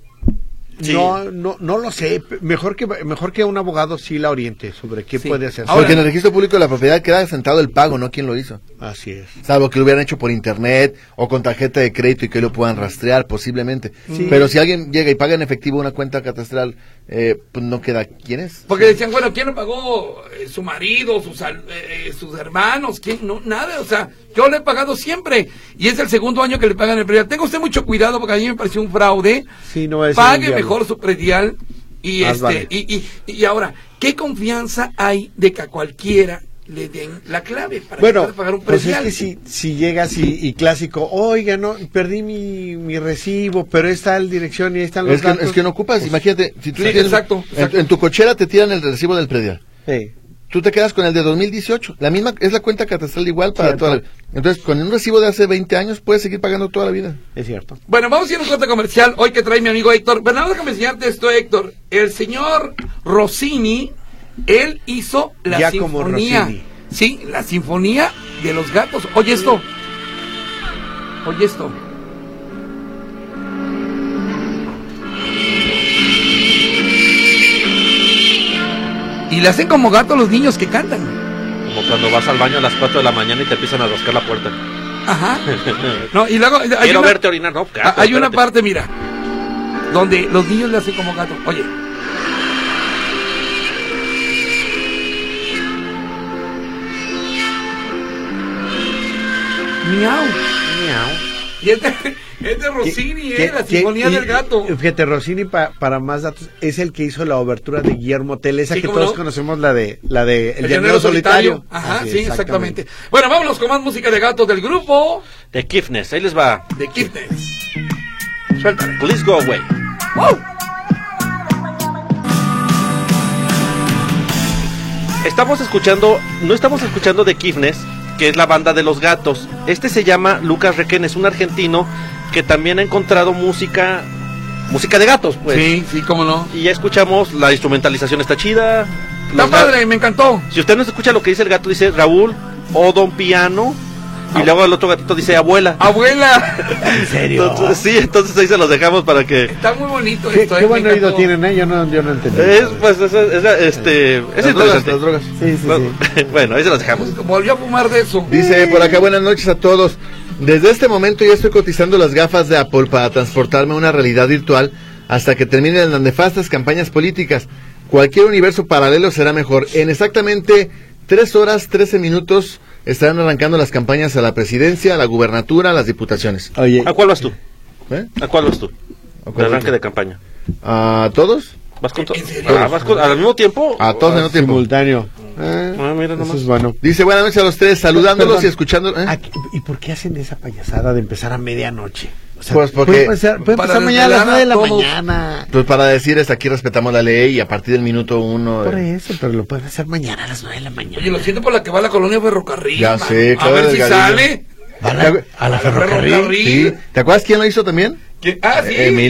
Sí. No, no, no lo sé. Mejor que mejor que un abogado sí la oriente sobre qué sí. puede hacer. Ahora, porque en el registro público de la propiedad queda sentado el pago, no quién lo hizo. Así es. Salvo que lo hubieran hecho por internet o con tarjeta de crédito y que lo puedan rastrear posiblemente. Sí. Pero si alguien llega y paga en efectivo una cuenta catastral, eh, pues no queda quién es. Porque sí. decían, bueno, ¿quién lo pagó? Eh, su marido, sus eh, sus hermanos, ¿quién? No, nada. O sea, yo le he pagado siempre y es el segundo año que le pagan el predial. Tenga usted mucho cuidado porque a mí me pareció un fraude. Sí, no es Pague mejor su predial y Más este vale. y, y, y ahora, ¿qué confianza hay de que a cualquiera le den la clave para bueno, que pagar un pues predial? es que si, si llegas y, y clásico, oiga, no, perdí mi, mi recibo, pero está la dirección y ahí están los es que, datos. Es que no ocupas, pues, imagínate, si tú sí, tienes, exacto, exacto. En, en tu cochera te tiran el recibo del predial. Sí. Tú te quedas con el de dos mil dieciocho, la misma es la cuenta catastral igual para Cierto. toda la, entonces con un recibo de hace veinte años puedes seguir pagando toda la vida. Es cierto. Bueno, vamos a ir a un corte comercial hoy que trae mi amigo Héctor. Pero nada, déjame enseñarte esto, Héctor. El señor Rossini, él hizo la Giacomo sinfonía. Rossini. Sí, la sinfonía de los gatos. Oye esto. Oye esto. Y le hacen como gato a los niños que cantan. Como cuando vas al baño a las cuatro de la mañana y te empiezan a rascar la puerta. Ajá. No, y luego hay Quiero una, verte orinar, no, gato, hay una espérate. parte, mira, donde los niños le hacen como gato. Oye. Miau. Miau. Y es de, es de Rossini, ¿Qué- eh, la qué- sinfonía y- del gato. Fíjate, Rossini, pa, para más datos, es el que hizo la obertura de Guillermo Tell, esa Sí, que ¿cómo todos no? conocemos, la de la de El, El Llanero Solitario. Ajá, Así, sí, exactamente. Bueno, vámonos con más música de gatos del grupo De Kifnes, ahí les va. de Kifnes. Suéltale. Please go away. ¡Wow! Estamos escuchando, no estamos escuchando de Kifnes, que es la banda de los gatos. Este se llama Lucas Requenes, un argentino que también ha encontrado música, música de gatos, pues. Sí, sí, cómo no. Y ya escuchamos, la instrumentalización está chida. Está Los padre, ga- me encantó. Si usted no escucha lo que dice el gato, dice Raúl o Don Piano. Y Ah. luego el otro gatito dice abuela. Abuela. ¿En serio? Entonces, sí, entonces ahí se los dejamos para que... Está muy bonito ¿Qué, esto. qué eh, buen me oído encantó. tienen, eh? Yo no, yo no entendí. Es, pues, es, es- este, es Las drogas, interesante. las drogas. Sí, sí, Bueno, sí. bueno, ahí se los dejamos. Volvió a fumar de eso. Dice por acá, buenas noches a todos. Desde este momento ya estoy cotizando las gafas de Apple para transportarme a una realidad virtual hasta que terminen las nefastas campañas políticas. Cualquier universo paralelo será mejor. En exactamente tres horas, trece minutos estarán arrancando las campañas a la presidencia, a la gubernatura, a las diputaciones. Oye, ¿A cuál vas tú? ¿Eh? ¿A cuál vas tú? ¿A De cuál arranque vas tú? de campaña. ¿A todos? ¿Vas con, to- ¿En serio? Ah, ¿vas con- al mismo tiempo? A todos al mismo tiempo. simultáneo. Eh, Ah, mira eso nomás. es bueno. Dice buenas noches a los tres, saludándolos Perdón. y escuchando. ¿eh? ¿A qué- ¿Y por qué hacen esa payasada de empezar a medianoche? O sea, Pues porque- puede empezar, puede para empezar mañana a las desvelar nueve de la a todos. mañana. Pues para decir es aquí respetamos la ley y a partir del minuto uno. Por eh, eso, pero lo pueden hacer mañana a las nueve de la mañana. Oye, lo siento por la que va a la colonia Ferrocarril. Ya mano. sé, A claro, ver si Delgadillo. sale. ¿A la, a la ferrocarril? Sí. ¿Te acuerdas quién lo hizo también? ¿Qué? Ah, sí. Emilio.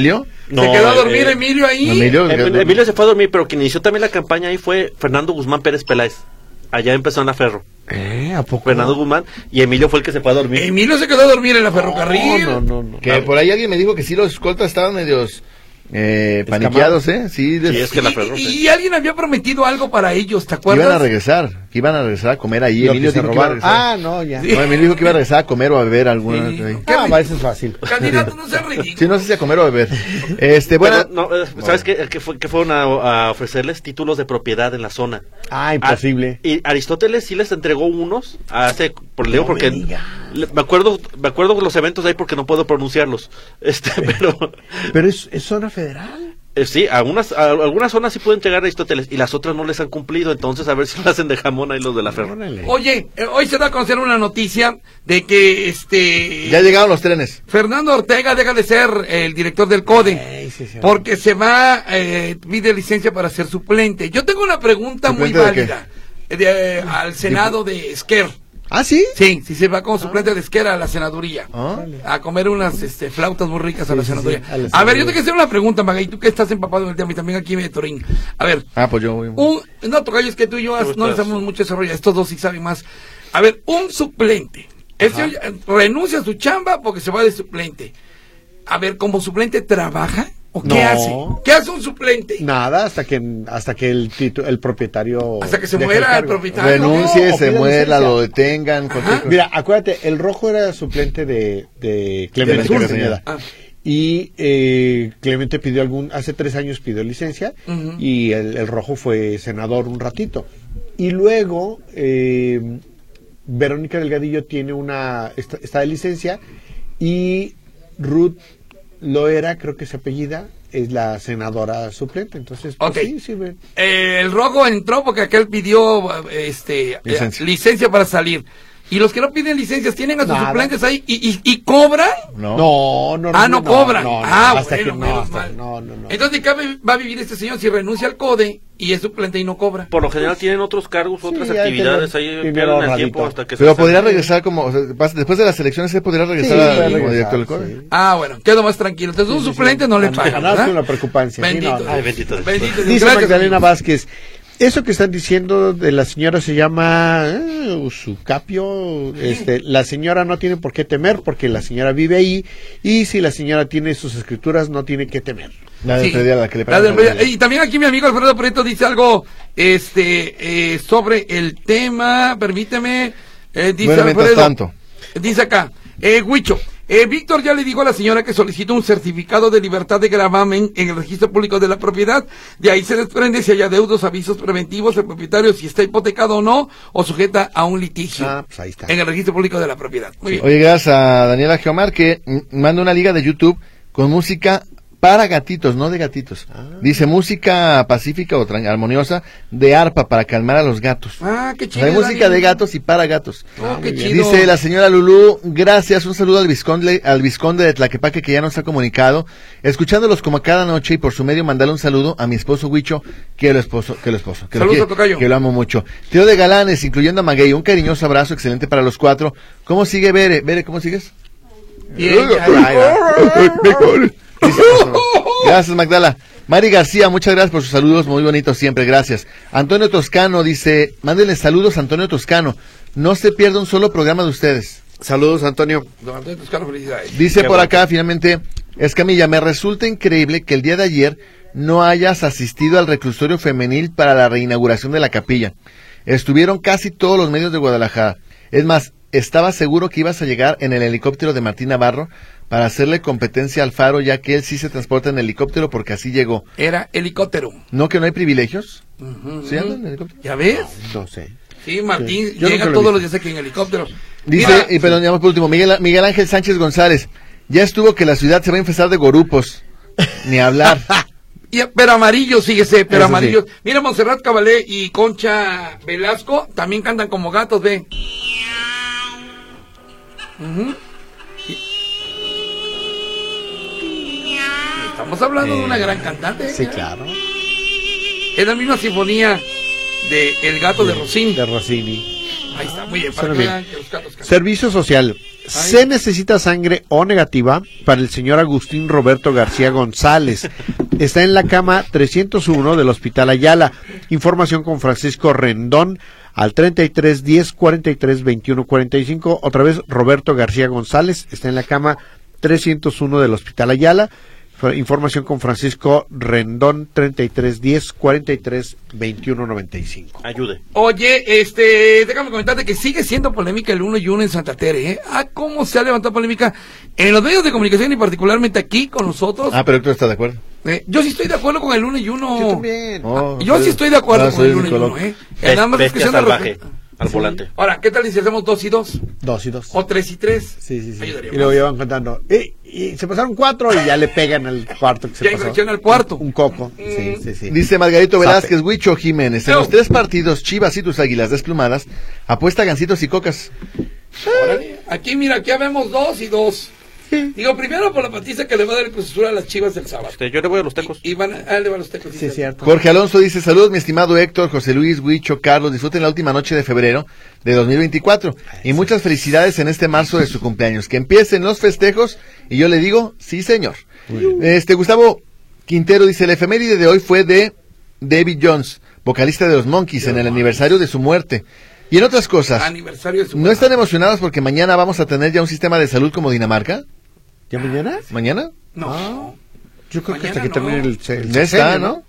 No, se quedó a dormir eh, Emilio ahí. Emilio, Em- Emilio se fue a dormir, pero quien inició también la campaña ahí fue Fernando Guzmán Pérez Peláez. Allá empezó en la Ferro. ¿Eh? ¿A poco? Fernando Guzmán y Emilio fue el que se fue a dormir. Emilio se quedó a dormir en la ferrocarril. No, no, no. que por ahí alguien me dijo que sí, los escoltas estaban medios eh, paniqueados, ¿eh? Sí, des- Sí, es que la Y, Ferro. y- y alguien había prometido algo para ellos, ¿te que iban a acuerdas? regresar, que iban a regresar a comer ahí. Lo Emilio que se dijo que iba a robaron. regresar. Ah, no, ya. Sí. No, Emilio dijo que iba a regresar a comer o a beber alguna. Sí. ahí. Ah, va, eso es fácil. Candidato, no seas ridículo. Sí, no sé si a comer o a beber. Este, bueno, Pero, no, eh, ¿sabes qué? Que, fue, que fueron a, a ofrecerles títulos de propiedad en la zona. Ah, imposible. Ah, y Aristóteles sí les entregó unos hace por Leo No porque me digas. le- me acuerdo me acuerdo de los eventos de ahí porque no puedo pronunciarlos. Este, pero Pero es, es zona federal. eh, sí, algunas a- algunas zonas sí pueden entregar a Aristóteles y las otras no les han cumplido, entonces a ver si lo hacen de jamón ahí los de la Ferro. Órale. Oye, eh, hoy se da a conocer una noticia de que este ya llegaron los trenes. Fernando Ortega deja de ser el director del CODE. Ey, sí, sí. Porque se va, eh, pide licencia para ser suplente. Yo tengo una pregunta muy ¿Suplente de qué? válida eh, de- al Senado de Esquer. ¿Ah, sí? Sí, si se va como suplente de Esquer a la senaduría. ¿Ah? A comer unas este, flautas muy ricas a Sí, la sí, senaduría. sí, a la A ver, yo senaduría. te quiero hacer una pregunta, Magay, tú que estás empapado en el tema y también aquí de Torín. A ver, Ah, pues yo. un, no, Tocayo, es que tú y yo ¿Cómo no le estás? sabemos mucho ese rollo, estos dos sí saben más. A ver, un suplente, ese oye, renuncia a su chamba porque se va de suplente. A ver, ¿como suplente trabaja? ¿O qué No. hace? ¿Qué hace un suplente? Nada, hasta que hasta que el titu- el propietario Hasta que se deje muera el cargo. propietario. Renuncie, No, o se pida muera, licencia. lo detengan. cualquier cosa. Mira, acuérdate, el Rojo era suplente de, de Clemente Clemente Castañeda. Ah. Y eh, Clemente pidió algún, hace tres años pidió licencia Ujú. y el, el Rojo fue senador un ratito. Y luego eh, Verónica Delgadillo tiene una, está, está de licencia y Ruth Loera, creo que se apellida, es la senadora suplente. Entonces, pues, Ok. sí, sí, ve. Eh, el rojo entró porque aquel pidió eh, este, eh, Licencia. licencia para salir. Y los que no piden licencias tienen a sus Nada. suplentes ahí y, y, y cobran. No. No, no, Ah, no, cobran. no, no, ah, hasta bueno, que no, menos hasta- mal. no, no, no. Entonces, ¿de qué va a vivir este señor si renuncia al CODE y es suplente y no cobra? Por lo general tienen otros cargos, otras ya actividades, tienen ahí dinero pierden el ahorradito. tiempo hasta que Pero se podría hacen. regresar como, o sea, pas- después de las elecciones, se podría regresar Sí, a- puede como regresar, director del CODE. sí. Ah, bueno, quedo más tranquilo. Entonces, un suplente no le A- paga. ganarse ¿verdad? una preocupancia. Sí, Bendito. no, no. Ay, bendito Dios. Bendito Dios. Dice Gracias, Magdalena amigo. Vázquez, eso que están diciendo de la señora se llama eh, usucapio, este, la señora no tiene por qué temer porque la señora vive ahí y si la señora tiene sus escrituras no tiene que temer. La de Sí. Freddy a la que le La pagan. de Freddy. Y también aquí mi amigo Alfredo Prieto dice algo este eh, sobre el tema, permíteme, eh, dice Bueno, mientras Alfredo, tanto. dice acá, eh, Huicho, eh, Víctor ya le dijo a la señora que solicita un certificado de libertad de gravamen en el registro público de la propiedad, de ahí se desprende si hay adeudos, avisos preventivos, el propietario si está hipotecado o no, o sujeta a un litigio Ah, pues ahí está. en el registro público de la propiedad. Muy bien. Oye, gracias a Daniela Geomar que mm, manda una liga de YouTube con música para gatitos, no de gatitos. Dice música pacífica o tran- armoniosa de arpa para calmar a los gatos. Ah, qué O chido. sea, hay música Dani. de gatos y para gatos. Oh, qué muy bien. chido. Dice la señora Lulú, gracias, un saludo al visconde, al visconde de Tlaquepaque que ya nos ha comunicado, escuchándolos como cada noche y por su medio mandarle un saludo a mi esposo Huicho, que lo esposo, que lo esposo, que, lo, Saludos quiere- a Tocayo. que lo amo mucho. Tío de Galanes, incluyendo a Maguey, un cariñoso abrazo, excelente para los cuatro. ¿Cómo sigue Bere? Bere, ¿cómo sigues? Bien, ya. Ahí va. Dice- Gracias, Magdala. Mari García, muchas gracias por sus saludos, muy bonitos siempre, gracias. Antonio Toscano dice, mándenle saludos a Antonio Toscano, no se pierda un solo programa de ustedes. Saludos, Antonio. Don Antonio Toscano, felicidades. Dice Qué por bueno. acá, finalmente, Escamilla, me resulta increíble que el día de ayer no hayas asistido al reclusorio femenil para la reinauguración de la capilla. Estuvieron casi todos los medios de Guadalajara. Es más, estaba seguro que ibas a llegar en el helicóptero de Martín Navarro para hacerle competencia al Faro, ya que él sí se transporta en helicóptero porque así llegó. Era helicóptero. ¿No que no hay privilegios? Ujú. ¿Sí andan en helicóptero? ¿Ya ves? No sé. Sí, Martín Sí, yo nunca llega lo he todos visto. los días aquí en helicóptero. Dice, Mira, y perdón, ya por último, Miguel, Miguel Ángel Sánchez González, ya estuvo que la ciudad se va a infestar de gorupos. Ni hablar. y- pero amarillo, síguese, pero Eso sí. amarillo. Mira, Montserrat Caballé y Concha Velasco también cantan como gatos, ve. Ujú. Y- Estamos hablando de una gran cantante. Sí, ¿eh? claro. Es la misma sinfonía de El gato de Rossini. De Rossini. Ahí está, muy bien. Para Suena que bien. vean que los gatos cantan. Servicio social. Se necesita sangre O negativa para el señor Agustín Roberto García González. Está en la cama trescientos uno del Hospital Ayala. Información con Francisco Rendón al treinta y tres diez cuarenta y tres veintiuno cuarenta y cinco. Otra vez, Roberto García González está en la cama trescientos uno del Hospital Ayala. Información con Francisco Rendón, treinta y tres diez cuarenta y tres veintiuno noventa y cinco. Ayude. Oye, este, déjame comentarte que sigue siendo polémica el uno y uno en Santa Tere, ¿eh? Ah, cómo se ha levantado polémica en los medios de comunicación y particularmente aquí con nosotros. Ah, pero tú estás de acuerdo. Eh, yo sí estoy de acuerdo con el uno y uno. Yo también. Oh, yo sí estoy de acuerdo ah, con el soy uno y uno, psicólogo. ¿eh? Eh, nada más es que Bestia sea una salvaje respe- al Sí. volante. Ahora, ¿qué tal si hacemos dos y dos? Dos y dos. O tres y tres. Sí, sí, sí. Ayudaría Y luego más. ya van contando. Y, y se pasaron cuatro y ya le pegan al cuarto que se Ya pasó. infracción al cuarto. Un coco. Mm. Sí, sí, sí. Dice Margarito Sape. Velázquez, Huicho Jiménez, en No. los tres partidos, Chivas y tus Águilas desplumadas, apuesta gancitos y cocas. Órale. Aquí, mira, aquí habemos dos y dos. Digo, primero por la patiza que le va a dar el Cruz Azul a las Chivas del sábado. Este, yo le voy a los tecos. Y, y van a, ah, le va a los tecos. Sí, es cierto. Jorge Alonso dice, saludos mi estimado Héctor, José Luis, Huicho, Carlos, disfruten la última noche de febrero de dos mil veinticuatro y muchas felicidades en este marzo de su cumpleaños. Que empiecen los festejos y yo le digo, sí señor. Este Gustavo Quintero dice, el efeméride de hoy fue de David Jones, vocalista de los Monkees, en el aniversario de su muerte. Y en otras cosas, Aniversario de su ¿no están emocionados porque mañana vamos a tener ya un sistema de salud como Dinamarca? ¿Ya mañana? ¿Mañana? No. Yo creo que hasta Mañana que no. termine el, se- el Ya está, sexenio, ¿no?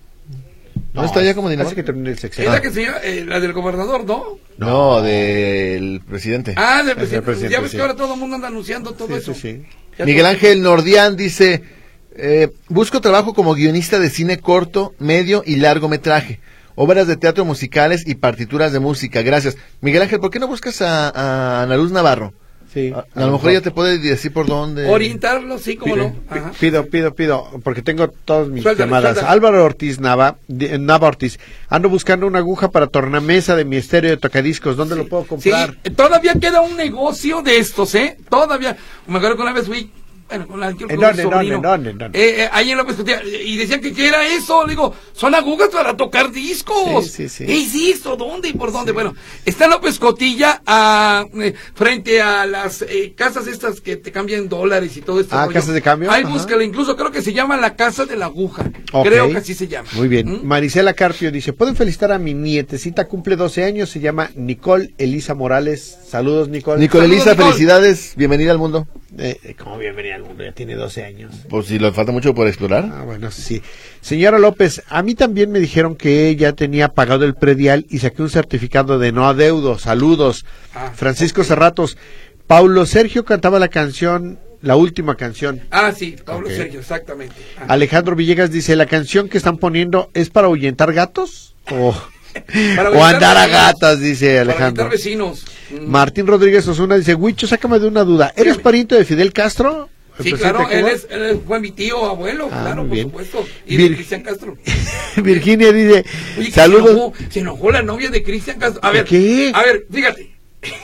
¿No está ya como Hasta Dinamarca? que termine el Es sexenio. la que se llama, eh, la del gobernador, ¿no? No, del presidente. Ah, del Es el presidente. presidente, Ya ves sí. que ahora todo el mundo anda anunciando todo Sí, eso. sí, sí. Ya Miguel todo- Ángel Nordián dice, eh, busco trabajo como guionista de cine corto, medio y largometraje, obras de teatro musicales y partituras de música. Gracias. Miguel Ángel, ¿por qué no buscas a, a Ana Luz Navarro? Sí. A, a lo mejor ella te puede decir por dónde. Orientarlo, sí, como Pido, no. Ajá. pido, pido, pido, porque tengo todas mis Suéltale, llamadas. suéltale. Álvaro Ortiz Nava, di- Nava Ortiz, ando buscando una aguja para tornamesa de mi estéreo de tocadiscos. ¿Dónde lo puedo Sí, comprar? todavía queda un negocio de estos, ¿eh? Todavía. Me acuerdo que una vez fui, bueno, con la con ¿En un dónde, en sobrino, dónde, en dónde, en dónde? Eh, eh, ahí en López Cotilla, y decían que qué era eso. Le digo, son agujas para tocar discos. Sí, sí, sí. ¿Qué es esto? ¿Dónde y por dónde? Bueno, está en López Cotilla, a, eh, frente a las eh, casas estas que te cambian dólares y todo esto. Ah, ¿casas de cambio? Ahí Ajá. búscala, incluso creo que se llama la Casa de la Aguja. Ok. Creo que así se llama. Muy bien. ¿Mm? Marisela Carpio dice, ¿pueden felicitar a mi nietecita? Cumple doce años, se llama Nicole Elisa Morales. Saludos, Nicole. Nicole Saludos, Elisa, Nicole. felicidades, bienvenida al mundo. Eh, eh, ¿Cómo bienvenida al mundo? Ya tiene doce años. Pues si le falta mucho por explorar. Ah, bueno, sí. Señora López, a mí también me dijeron que ella tenía pagado el predial y saqué un certificado de no adeudo. Saludos. Ah, Francisco Cerratos. Paulo Sergio cantaba la canción, la última canción. Ah, sí, Pablo Ok. Sergio, exactamente. Ah. Alejandro Villegas dice, ¿la canción que están poniendo es para ahuyentar gatos? O, Para o ahuyentar andar a vecinos. gatas, dice Para Alejandro. evitar vecinos. Mm. Martín Rodríguez Osuna dice, Huicho, sácame de una duda. ¿Eres Dígame. pariente de Fidel Castro? ¿El Sí, presidente claro, de él, Cuba? es, él es- fue mi tío, abuelo, Ah, claro, muy por bien. supuesto. Y Vir- de Cristian Castro. Virginia dice, Oye, que saludos. Se enojó, se enojó la novia de Cristian Castro. A ver, ¿Qué? a ver, fíjate.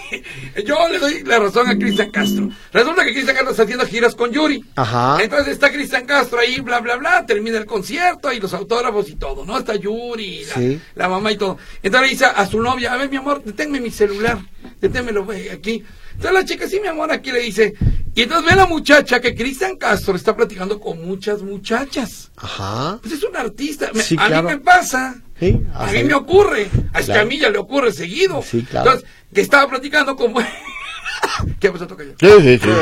Yo le doy la razón a Cristian Castro. Resulta que Cristian Castro está haciendo giras con Yuri. Ajá. Entonces está Cristian Castro ahí, bla, bla, bla, termina el concierto y los autógrafos y todo, ¿no? Está Yuri, la, Sí. la mamá y todo. Entonces le dice a su novia, a ver, mi amor, deténme mi celular, deténmelo ve, aquí. Entonces la chica, sí, mi amor, aquí le dice. Y entonces ve la muchacha que Cristian Castro está platicando con muchas muchachas. Ajá. Pues es un artista. Me- Sí, a claro. mí me pasa. Sí, A ajá. mí me ocurre. A Claro. Escamilla le ocurre seguido. Sí, claro. Entonces, que estaba platicando con... ¿Qué pasó, tocayo? Sí, sí, sí.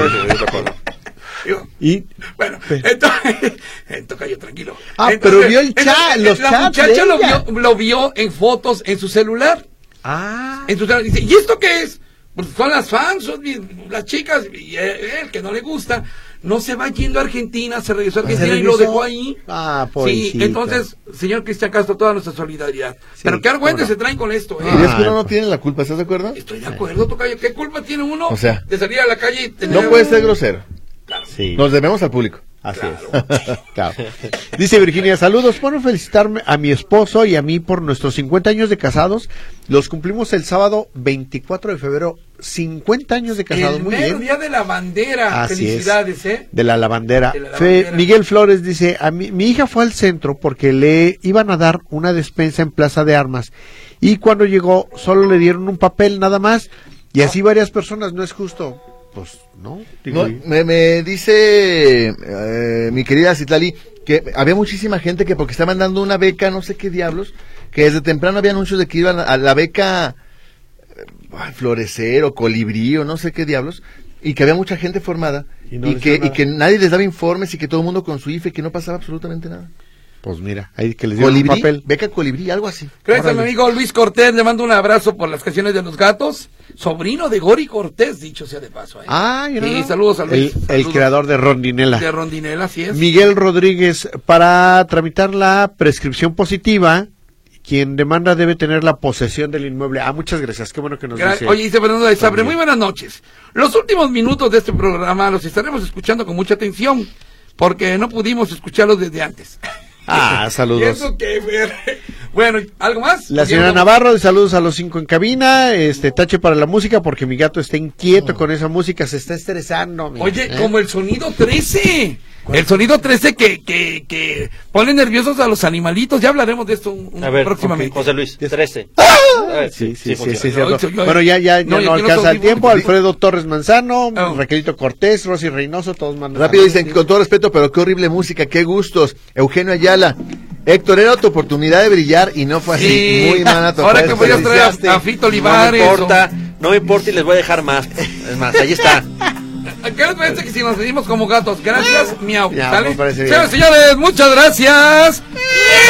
Digo, Y bueno, Pero- entonces, tocayo, tranquilo. Ah, Entonces, pero vio el chat, entonces, los la chats muchacha de lo ella. vio, lo vio en fotos en su celular. ah, En su celular. Dice, ¿y esto qué es? Pues son las fans, son mi- las chicas, y él, él, que no le gusta, no se va yendo a Argentina, se regresó a ¿Se Argentina y lo regresó? dejó ahí. Ah, Sí, pobrecito. entonces, señor Cristian Castro, toda nuestra solidaridad. Sí, Pero qué argüente cómo no. se traen con esto, ¿eh? Y es que uno Ah. no tiene la culpa, ¿estás de acuerdo? Estoy de acuerdo, tocayo. ¿Qué culpa tiene uno O sea, de salir a la calle y tener... No puede ser grosero. sí. Nos debemos al público. Así es. Claro. Dice Virginia, saludos, bueno, felicitarme a mi esposo y a mí por nuestros cincuenta años de casados. Los cumplimos el sábado veinticuatro de febrero, cincuenta años de casados, El muy mero bien. día de la bandera. Así Felicidades, ¿eh? De la lavandera. De la Fe- lavandera. Miguel Flores dice, a mí, mi hija fue al centro porque le iban a dar una despensa en Plaza de Armas y cuando llegó solo le dieron un papel nada más y así varias personas, no es justo. pues, no. Digo, No, me, me dice eh, mi querida Citlali que había muchísima gente que porque estaban dando una beca, no sé qué diablos, que desde temprano había anuncios de que iban a la beca eh, Florecer o Colibrí o no sé qué diablos, y que había mucha gente formada Y y, no que, decía y que nadie les daba informes y que todo el mundo con su I F E, que no pasaba absolutamente nada. Pues mira, ahí que les dieron un Colibrí, papel. beca Colibrí, algo así. Gracias a mi Órale. amigo Luis Cortés, le mando un abrazo por las canciones de los gatos. Sobrino de Gori Cortés, dicho sea de paso. ¿eh? Ah, mira. Sí, saludos a El, Luis. el Saludos. creador de Rondinela. De Rondinela, así es. Miguel Rodríguez, para tramitar la prescripción positiva, quien demanda debe tener la posesión del inmueble. Ah, muchas gracias, qué bueno que nos Gra- dice. Oye, dice Fernando de Sabre, También. muy buenas noches. Los últimos minutos de este programa los estaremos escuchando con mucha atención, porque no pudimos escucharlos desde antes. Ah, ¿Y saludos. eso qué ver? Bueno, ¿algo más? La señora Navarro, saludos a los cinco en cabina, este tache para la música porque mi gato está inquieto con esa música, se está estresando. mira, Oye, ¿eh? como el sonido trece. El sonido trece que, que, que pone nerviosos a los animalitos. Ya hablaremos de esto un, un- A ver, próximamente. José Luis, trece. A ver, Sí, sí, sí, funciona. sí, Ay, cierto. soy yo, eh. Bueno, ya, ya, ya No, no, yo no alcanza soy el tiempo. vivo. Alfredo Torres Manzano, Oh. Raquelito Cortés, Rosy Reynoso, todos mandan. Rápido saludos. dicen, con todo respeto, pero qué horrible música, qué gustos. Eugenio Ayala, Héctor, era tu oportunidad de brillar y no fue así. Sí. Muy mala tu Ahora que voy a traer a, a Fito No me Olivares. importa, no me importa y les voy a dejar más. Es más, ahí está. o- ¿Qué les parece que si nos pedimos como gatos? Gracias, miau. Miau, ¿Sale? me parece bien. Señoras y señores, muchas gracias.